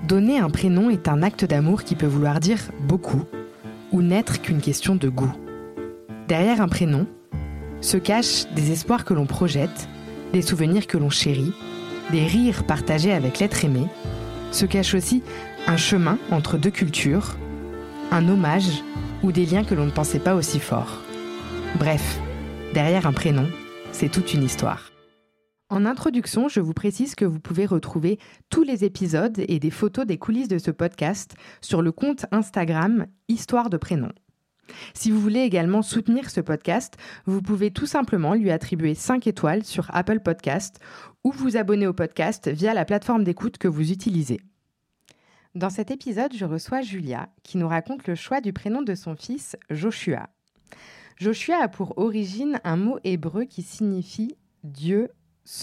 Donner un prénom est un acte d'amour qui peut vouloir dire beaucoup ou n'être qu'une question de goût. Derrière un prénom se cachent des espoirs que l'on projette, des souvenirs que l'on chérit, des rires partagés avec l'être aimé. Se cache aussi un chemin entre deux cultures, un hommage ou des liens que l'on ne pensait pas aussi forts. Bref, derrière un prénom, c'est toute une histoire. En introduction, je vous précise que vous pouvez retrouver tous les épisodes et des photos des coulisses de ce podcast sur le compte Instagram Histoire de prénom. Si vous voulez également soutenir ce podcast, vous pouvez tout simplement lui attribuer 5 étoiles sur Apple Podcast ou vous abonner au podcast via la plateforme d'écoute que vous utilisez. Dans cet épisode, je reçois Julia qui nous raconte le choix du prénom de son fils Joshua. Joshua a pour origine un mot hébreu qui signifie « Dieu sauvera ».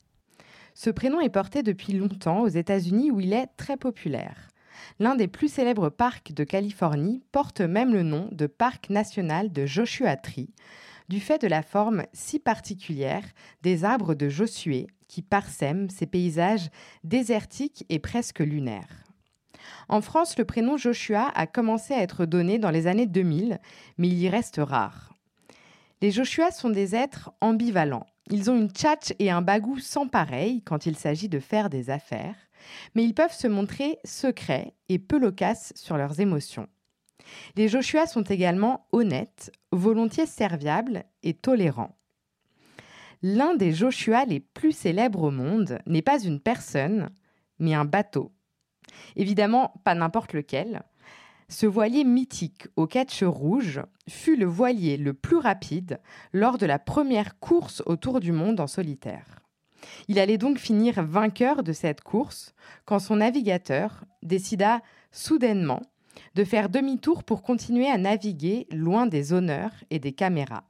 Ce prénom est porté depuis longtemps aux États-Unis où il est très populaire. L'un des plus célèbres parcs de Californie porte même le nom de Parc national de Joshua Tree, du fait de la forme si particulière des arbres de Josué qui parsèment ces paysages désertiques et presque lunaires. En France, le prénom Joshua a commencé à être donné dans les années 2000, mais il y reste rare. Les Joshua sont des êtres ambivalents. Ils ont une tchatche et un bagou sans pareil quand il s'agit de faire des affaires, mais ils peuvent se montrer secrets et peu loquaces sur leurs émotions. Les Joshua sont également honnêtes, volontiers serviables et tolérants. L'un des Joshua les plus célèbres au monde n'est pas une personne, mais un bateau. Évidemment, pas n'importe lequel. Ce voilier mythique au catch rouge fut le voilier le plus rapide lors de la première course autour du monde en solitaire. Il allait donc finir vainqueur de cette course quand son navigateur décida soudainement de faire demi-tour pour continuer à naviguer loin des honneurs et des caméras.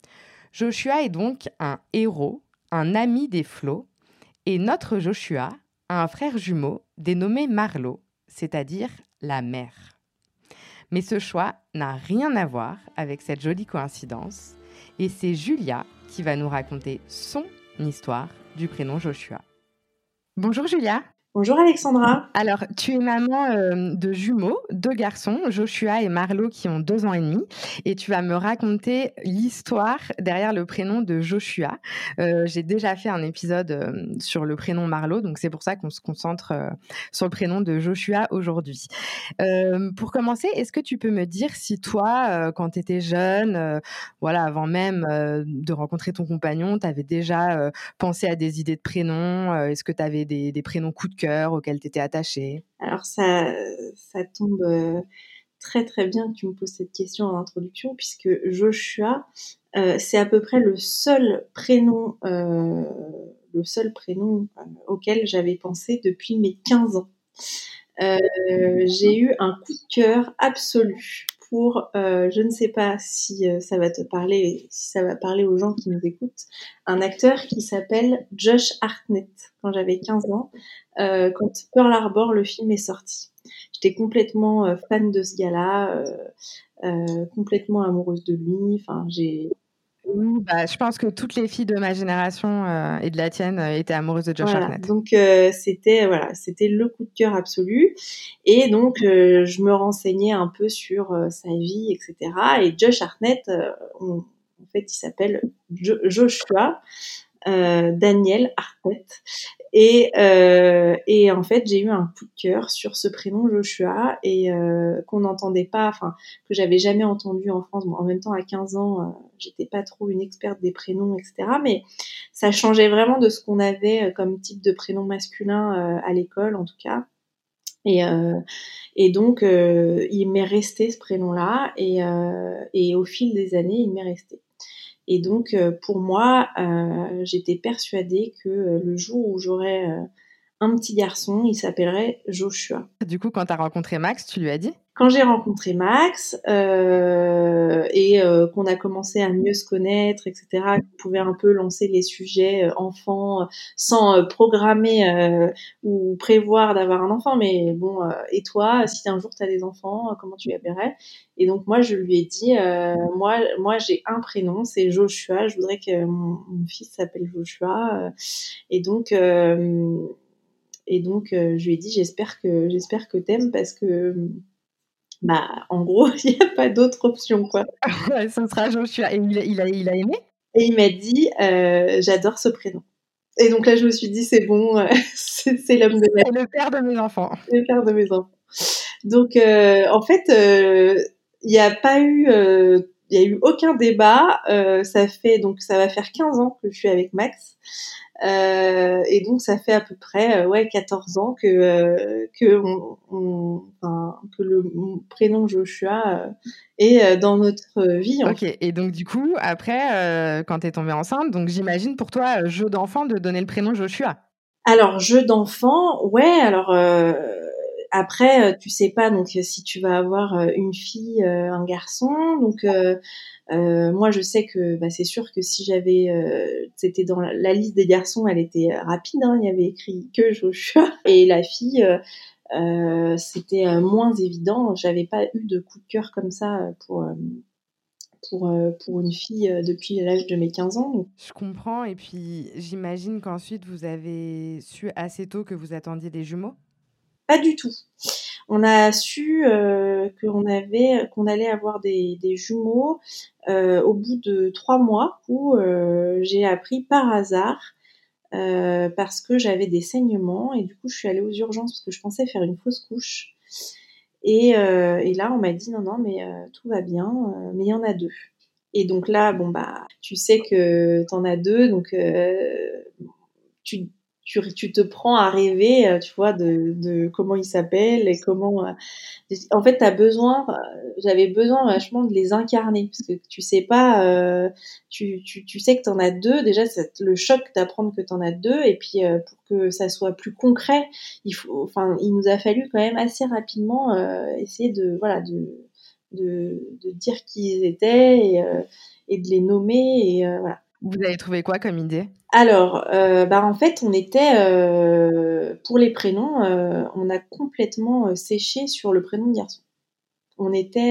Joshua est donc un héros, un ami des flots, et notre Joshua a un frère jumeau dénommé Marlo, c'est-à-dire la mer. Mais ce choix n'a rien à voir avec cette jolie coïncidence, et c'est Julia qui va nous raconter son histoire du prénom Joshua. Bonjour Julia. Bonjour Alexandra. Alors, tu es maman de jumeaux, 2 garçons, Joshua et Marlo, qui ont 2 ans et demi. Et tu vas me raconter l'histoire derrière le prénom de Joshua. J'ai déjà fait un épisode sur le prénom Marlo, donc c'est pour ça qu'on se concentre sur le prénom de Joshua aujourd'hui. Pour commencer, est-ce que tu peux me dire si toi, quand tu étais jeune, avant même de rencontrer ton compagnon, tu avais déjà pensé à des idées de prénoms? Est-ce que tu avais des prénoms coup de cœur auxquels tu étais attachée? Alors ça tombe très très bien que tu me poses cette question en introduction, puisque Joshua, c'est à peu près le seul prénom auquel j'avais pensé depuis mes 15 ans. J'ai eu un coup de cœur absolu pour, je ne sais pas si ça va te parler, si ça va parler aux gens qui nous écoutent, un acteur qui s'appelle Josh Hartnett, quand j'avais 15 ans, quand Pearl Harbor, le film, est sorti. J'étais complètement fan de ce gars-là, complètement amoureuse de lui. Enfin, Oui, je pense que toutes les filles de ma génération et de la tienne étaient amoureuses de Josh Hartnett. Donc c'était le coup de cœur absolu. Et donc je me renseignais un peu sur sa vie, etc. Et Josh Hartnett, en fait, il s'appelle Joshua Daniel Hartnett. Et en fait, j'ai eu un coup de cœur sur ce prénom Joshua, et qu'on n'entendait pas, enfin, que j'avais jamais entendu en France. Bon, en même temps, à 15 ans, j'étais pas trop une experte des prénoms, etc. Mais ça changeait vraiment de ce qu'on avait comme type de prénom masculin à l'école, en tout cas. Et donc, il m'est resté ce prénom-là, et au fil des années, il m'est resté. Et donc, pour moi, j'étais persuadée que le jour où j'aurais un petit garçon, il s'appellerait Joshua. Du coup, quand tu as rencontré Max, tu lui as dit ? Quand j'ai rencontré Max qu'on a commencé à mieux se connaître, etc., qu'on pouvait un peu lancer les sujets enfants sans programmer ou prévoir d'avoir un enfant, mais bon, et toi, si un jour tu as des enfants, comment tu les appellerais ? Et donc moi, je lui ai dit, moi j'ai un prénom, c'est Joshua, je voudrais que mon fils s'appelle Joshua, et donc Et donc, je lui ai dit, j'espère que t'aimes parce que, en gros, il n'y a pas d'autre option, quoi. Ouais, ce sera Joshua. Et il a aimé? Et il m'a dit, j'adore ce prénom. Et donc là, je me suis dit, c'est bon, c'est l'homme de ma vie, C'est le père de mes enfants. le père de mes enfants. Donc, en fait, il n'y a pas eu, il y a eu aucun débat. Ça va faire 15 ans que je suis avec Max. Et donc ça fait à peu près 14 ans que le prénom Joshua est dans notre vie. Ok, et donc du coup, après, quand t'es tombée enceinte, donc j'imagine pour toi, jeu d'enfant de donner le prénom Joshua. Alors jeu d'enfant, ouais. Alors après, tu sais pas donc si tu vas avoir une fille, un garçon. Donc moi, je sais que c'est sûr que si j'avais, c'était dans la liste des garçons, elle était rapide. Hein, il y avait écrit que Joshua et la fille. C'était moins évident. J'avais pas eu de coup de cœur comme ça pour une fille depuis l'âge de mes 15 ans. Donc. Je comprends, et puis j'imagine qu'ensuite vous avez su assez tôt que vous attendiez des jumeaux? Pas du tout. On a su qu'on allait avoir des jumeaux au bout de 3 mois où j'ai appris par hasard parce que j'avais des saignements et du coup je suis allée aux urgences parce que je pensais faire une fausse couche. Et là, on m'a dit non, non, mais tout va bien, mais il y en a 2. Et donc là, tu sais que t'en as 2, donc tu, tu te prends à rêver, tu vois, de comment ils s'appellent et comment. En fait, j'avais besoin vachement de les incarner parce que tu sais pas, tu sais que t'en as 2. Déjà, c'est le choc d'apprendre que t'en as 2, et puis pour que ça soit plus concret, il nous a fallu quand même assez rapidement essayer de dire qui ils étaient et de les nommer et voilà. Vous avez trouvé quoi comme idée? Alors, en fait, on était pour les prénoms, on a complètement séché sur le prénom de garçon. On était,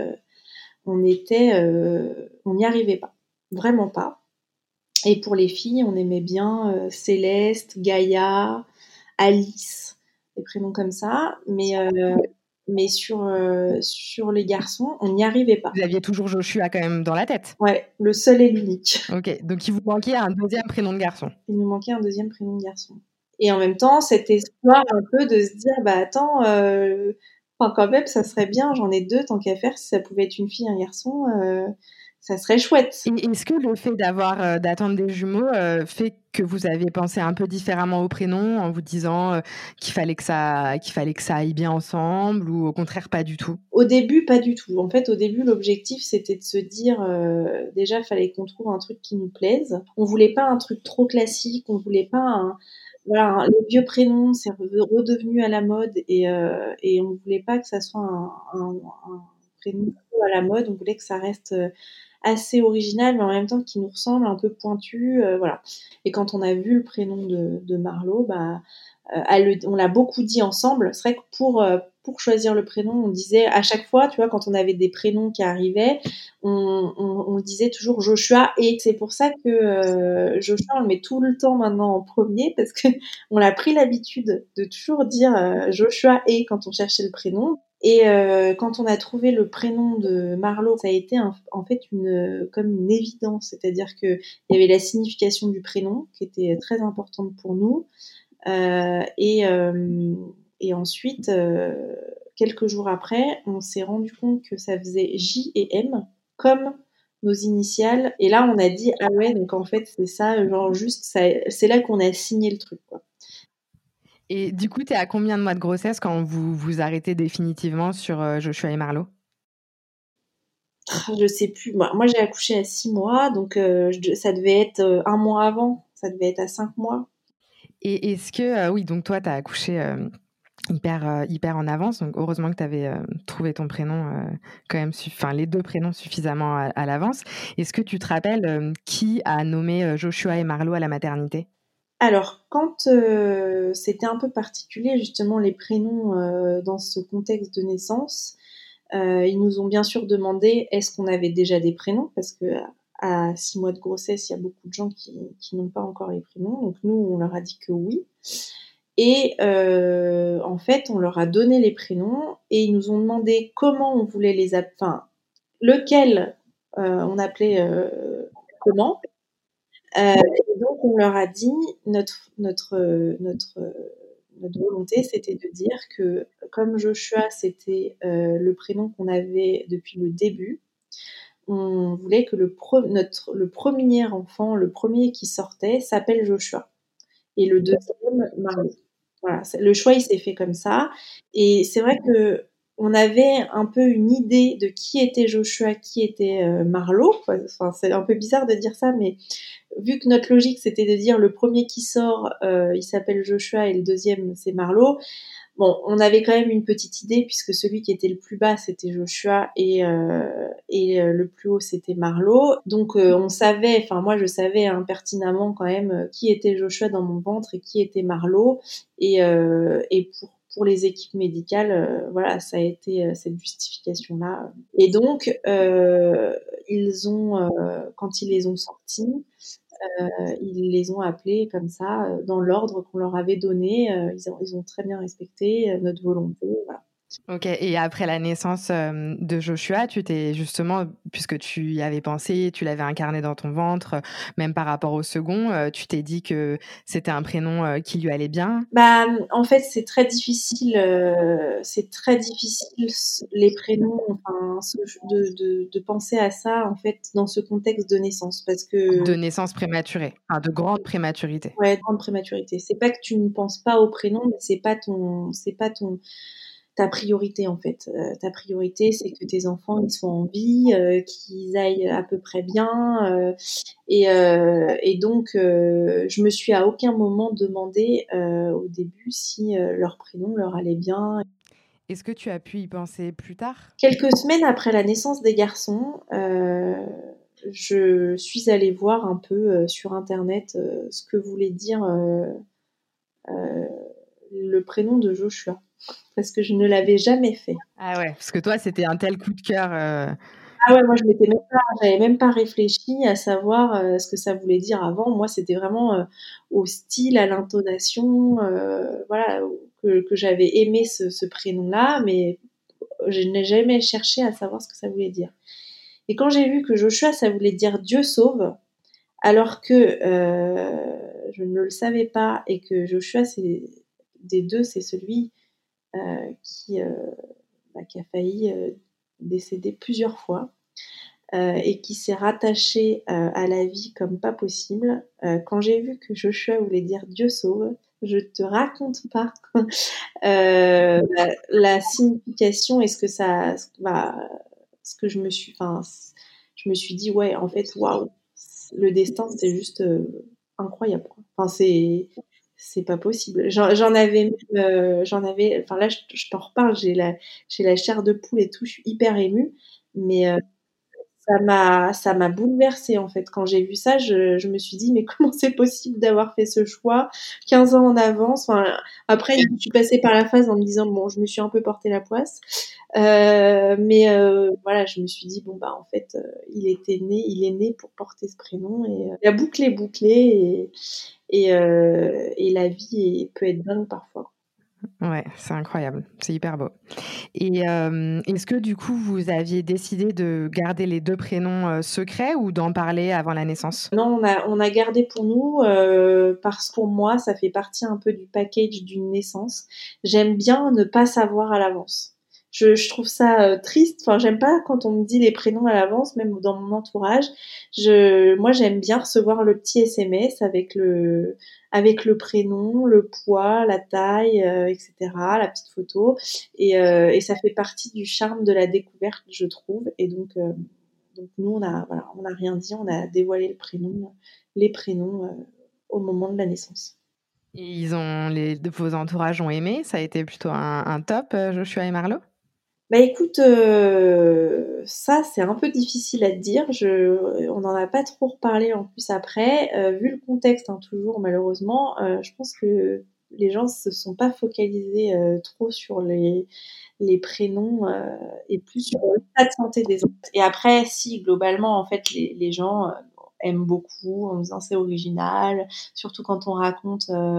on n'y arrivait pas, vraiment pas. Et pour les filles, on aimait bien Céleste, Gaïa, Alice, des prénoms comme ça. Mais sur les garçons, on n'y arrivait pas. Vous aviez toujours Joshua quand même dans la tête? Ouais, le seul et l'unique. Ok, donc il vous manquait un deuxième prénom de garçon. Il nous manquait un deuxième prénom de garçon. Et en même temps, cet espoir un peu de se dire, attends, quand même, ça serait bien, j'en ai 2, tant qu'à faire, si ça pouvait être une fille et un garçon, ça serait chouette. Et est-ce que le fait d'attendre des jumeaux, fait que vous avez pensé un peu différemment au prénom en vous disant, qu'il fallait que ça aille bien ensemble, ou au contraire pas du tout? Au début, pas du tout. En fait, au début, l'objectif, c'était de se dire, déjà, il fallait qu'on trouve un truc qui nous plaise. On voulait pas un truc trop classique, on voulait pas les vieux prénoms, c'est redevenu à la mode et on voulait pas que ça soit un prénom trop à la mode. On voulait que ça reste assez original, mais en même temps qui nous ressemble, un peu pointu, voilà. Et quand on a vu le prénom de Marlo, on l'a beaucoup dit ensemble. C'est vrai que pour choisir le prénom, on disait à chaque fois, tu vois, quand on avait des prénoms qui arrivaient, on disait toujours Joshua. Et c'est pour ça que Joshua, on le met tout le temps maintenant en premier parce que on a pris l'habitude de toujours dire Joshua et quand on cherchait le prénom. Et quand on a trouvé le prénom de Marlo, ça a été en fait comme une évidence, c'est-à-dire que il y avait la signification du prénom qui était très importante pour nous. Et ensuite, quelques jours après, on s'est rendu compte que ça faisait J et M comme nos initiales. Et là, on a dit ah ouais, donc en fait c'est ça, genre juste ça, c'est là qu'on a signé le truc, quoi. Et du coup, tu es à combien de mois de grossesse quand vous vous arrêtez définitivement sur, Joshua et Marlo? Je sais plus. Moi j'ai accouché à 6 mois, donc ça devait être 1 mois avant. Ça devait être à 5 mois. Et est-ce que, oui, donc toi, tu as accouché, hyper en avance, donc heureusement que tu avais, trouvé ton prénom, quand même les 2 prénoms suffisamment à l'avance. Est-ce que tu te rappelles, qui a nommé, Joshua et Marlo à la maternité? Alors, quand c'était un peu particulier justement les prénoms dans ce contexte de naissance, ils nous ont bien sûr demandé est-ce qu'on avait déjà des prénoms, parce que à 6 mois de grossesse, il y a beaucoup de gens qui n'ont pas encore les prénoms. Donc nous, on leur a dit que oui. Et en fait, on leur a donné les prénoms et ils nous ont demandé comment on voulait les appeler, enfin, lequel on appelait comment. Et donc, on leur a dit, notre volonté, c'était de dire que comme Joshua, c'était le prénom qu'on avait depuis le début, on voulait que le premier enfant, le premier qui sortait, s'appelle Joshua. Et le deuxième, Marley. Voilà, le choix il s'est fait comme ça. Et c'est vrai que on avait un peu une idée de qui était Joshua, qui était Marlo. Enfin, c'est un peu bizarre de dire ça, mais vu que notre logique c'était de dire le premier qui sort, il s'appelle Joshua et le deuxième c'est Marlo. Bon, on avait quand même une petite idée puisque celui qui était le plus bas c'était Joshua et le plus haut c'était Marlo. Donc on savait, enfin moi je savais pertinemment quand même qui était Joshua dans mon ventre et qui était Marlo. Et pour les équipes médicales, voilà, ça a été cette justification-là. Et donc quand ils les ont sortis, ils les ont appelés comme ça, dans l'ordre qu'on leur avait donné. Ils ont très bien respecté notre volonté. Voilà. Ok, et après la naissance de Joshua, tu t'es justement, puisque tu y avais pensé, tu l'avais incarné dans ton ventre, même par rapport au second, tu t'es dit que c'était un prénom qui lui allait bien? Bah, en fait, c'est très difficile. Les prénoms, enfin, de penser à ça en fait dans ce contexte de naissance, parce que De naissance prématurée, enfin de grande prématurité. ouais, grande prématurité. C'est pas que tu ne penses pas au prénom, mais c'est pas ton ta priorité en fait. Ta priorité, c'est que tes enfants ils soient en vie, qu'ils aillent à peu près bien. Et donc, je me suis à aucun moment demandé au début si leur prénom leur allait bien. Est-ce que tu as pu y penser plus tard? Quelques semaines après la naissance des garçons, je suis allée voir un peu sur Internet ce que voulait dire euh, le prénom de Joshua, parce que je ne l'avais jamais fait. Ah ouais, parce que toi, c'était un tel coup de cœur. Ah ouais, moi j'avais même pas réfléchi à savoir ce que ça voulait dire avant. Moi, c'était vraiment au style, à l'intonation, voilà, que j'avais aimé ce prénom-là, mais je n'ai jamais cherché à savoir ce que ça voulait dire. Et quand j'ai vu que Joshua, ça voulait dire Dieu sauve, alors que je ne le savais pas et que Joshua, des deux, c'est celui euh, qui, euh, qui a failli décéder plusieurs fois. Et qui s'est rattaché à la vie comme pas possible. Quand j'ai vu que Joshua voulait dire Dieu sauve, je te raconte pas la signification et ce que ça, ce que je me suis dit ouais, en fait, waouh, le destin c'est juste incroyable. Quoi. Enfin, c'est pas possible. Enfin là, je t'en reparle, j'ai la chair de poule et tout, je suis hyper émue, mais ça m'a bouleversée en fait. Quand j'ai vu ça, je me suis dit mais comment c'est possible d'avoir fait ce choix 15 ans en avance. Enfin, après, je suis passée par la phase en me disant bon, je me suis un peu porté la poisse, mais voilà, je me suis dit bon bah en fait, il est né pour porter ce prénom et la boucle est bouclée et la vie peut être dingue parfois. Ouais, c'est incroyable, c'est hyper beau. Et est-ce que du coup, vous aviez décidé de garder les 2 prénoms, secrets ou d'en parler avant la naissance? Non, on a gardé pour nous parce que pour moi, ça fait partie un peu du package d'une naissance. J'aime bien ne pas savoir à l'avance. Je trouve ça triste. Enfin, j'aime pas quand on me dit les prénoms à l'avance, même dans mon entourage. Moi, j'aime bien recevoir le petit SMS avec le prénom, le poids, la taille, etc., la petite photo. Et ça fait partie du charme de la découverte, je trouve. Et donc nous, on a rien dit, on a dévoilé les prénoms au moment de la naissance. Et vos entourages ont aimé? Ça a été plutôt un top, Joshua et Marlo? Bah écoute, ça c'est un peu difficile à te dire. On n'en a pas trop reparlé en plus après. Vu le contexte, hein, toujours malheureusement, je pense que les gens se sont pas focalisés trop sur les prénoms et plus sur l'état de santé des autres. Et après, si globalement, en fait, les gens aiment beaucoup en disant c'est original, surtout quand on raconte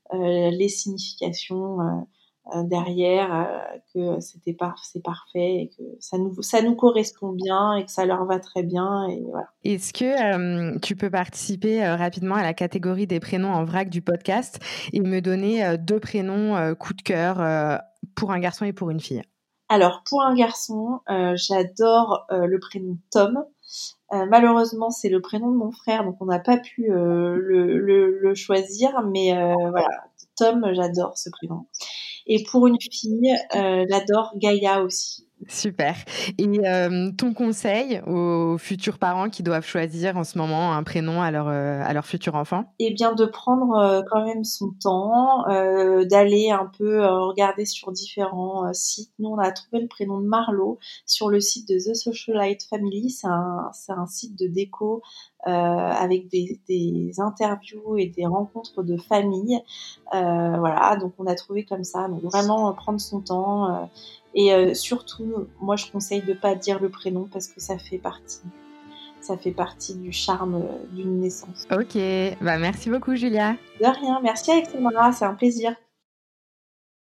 les significations derrière, que c'est parfait et que ça nous correspond bien et que ça leur va très bien et voilà. Est-ce que tu peux participer rapidement à la catégorie des prénoms en vrac du podcast et me donner 2 prénoms coup de cœur pour un garçon et pour une fille? Alors pour un garçon, j'adore le prénom Tom. Malheureusement, c'est le prénom de mon frère, donc on n'a pas pu le choisir, mais voilà, Tom, j'adore ce prénom. Et pour une fille, j'adore Gaïa aussi. Super. Et ton conseil aux futurs parents qui doivent choisir en ce moment un prénom à leur futur enfant? Eh bien, de prendre quand même son temps, d'aller un peu regarder sur différents sites. Nous, on a trouvé le prénom de Marlo sur le site de The Socialite Family. C'est un site de déco avec des interviews et des rencontres de famille. Voilà, donc on a trouvé comme ça. Donc vraiment prendre son temps et surtout, moi, je conseille de pas dire le prénom parce que ça fait partie du charme d'une naissance. OK, bah merci beaucoup Julia. De rien, merci Alexandra, c'est un plaisir.